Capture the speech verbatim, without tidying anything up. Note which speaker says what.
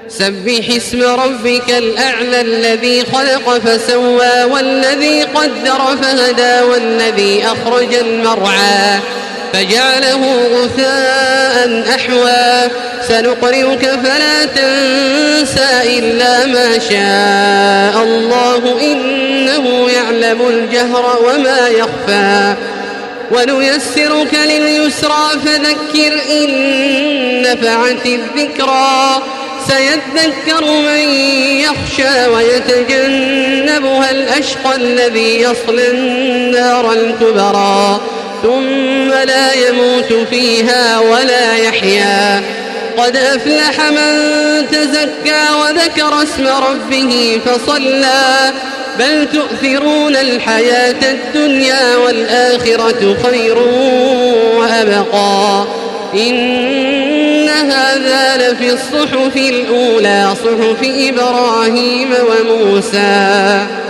Speaker 1: سبح اسم ربك الأعلى الذي خلق فسوى والذي قدر فهدى والذي أخرج المرعى فجعله غثاء أحوى سنقرئك فلا تنسى إلا ما شاء الله إنه يعلم الجهر وما يخفى ونيسرك لليسرى فذكر إن نفعت الذكرى سيذكر من يخشى ويتجنبها الأشقى الذي يصلى النار الكبرى ثم لا يموت فيها ولا يحيا قد أفلح من تزكى وذكر اسم ربه فصلى بل تؤثرون الحياة الدنيا والآخرة خير وأبقى إن هذا لفي الصحف الأولى صحف إبراهيم وموسى.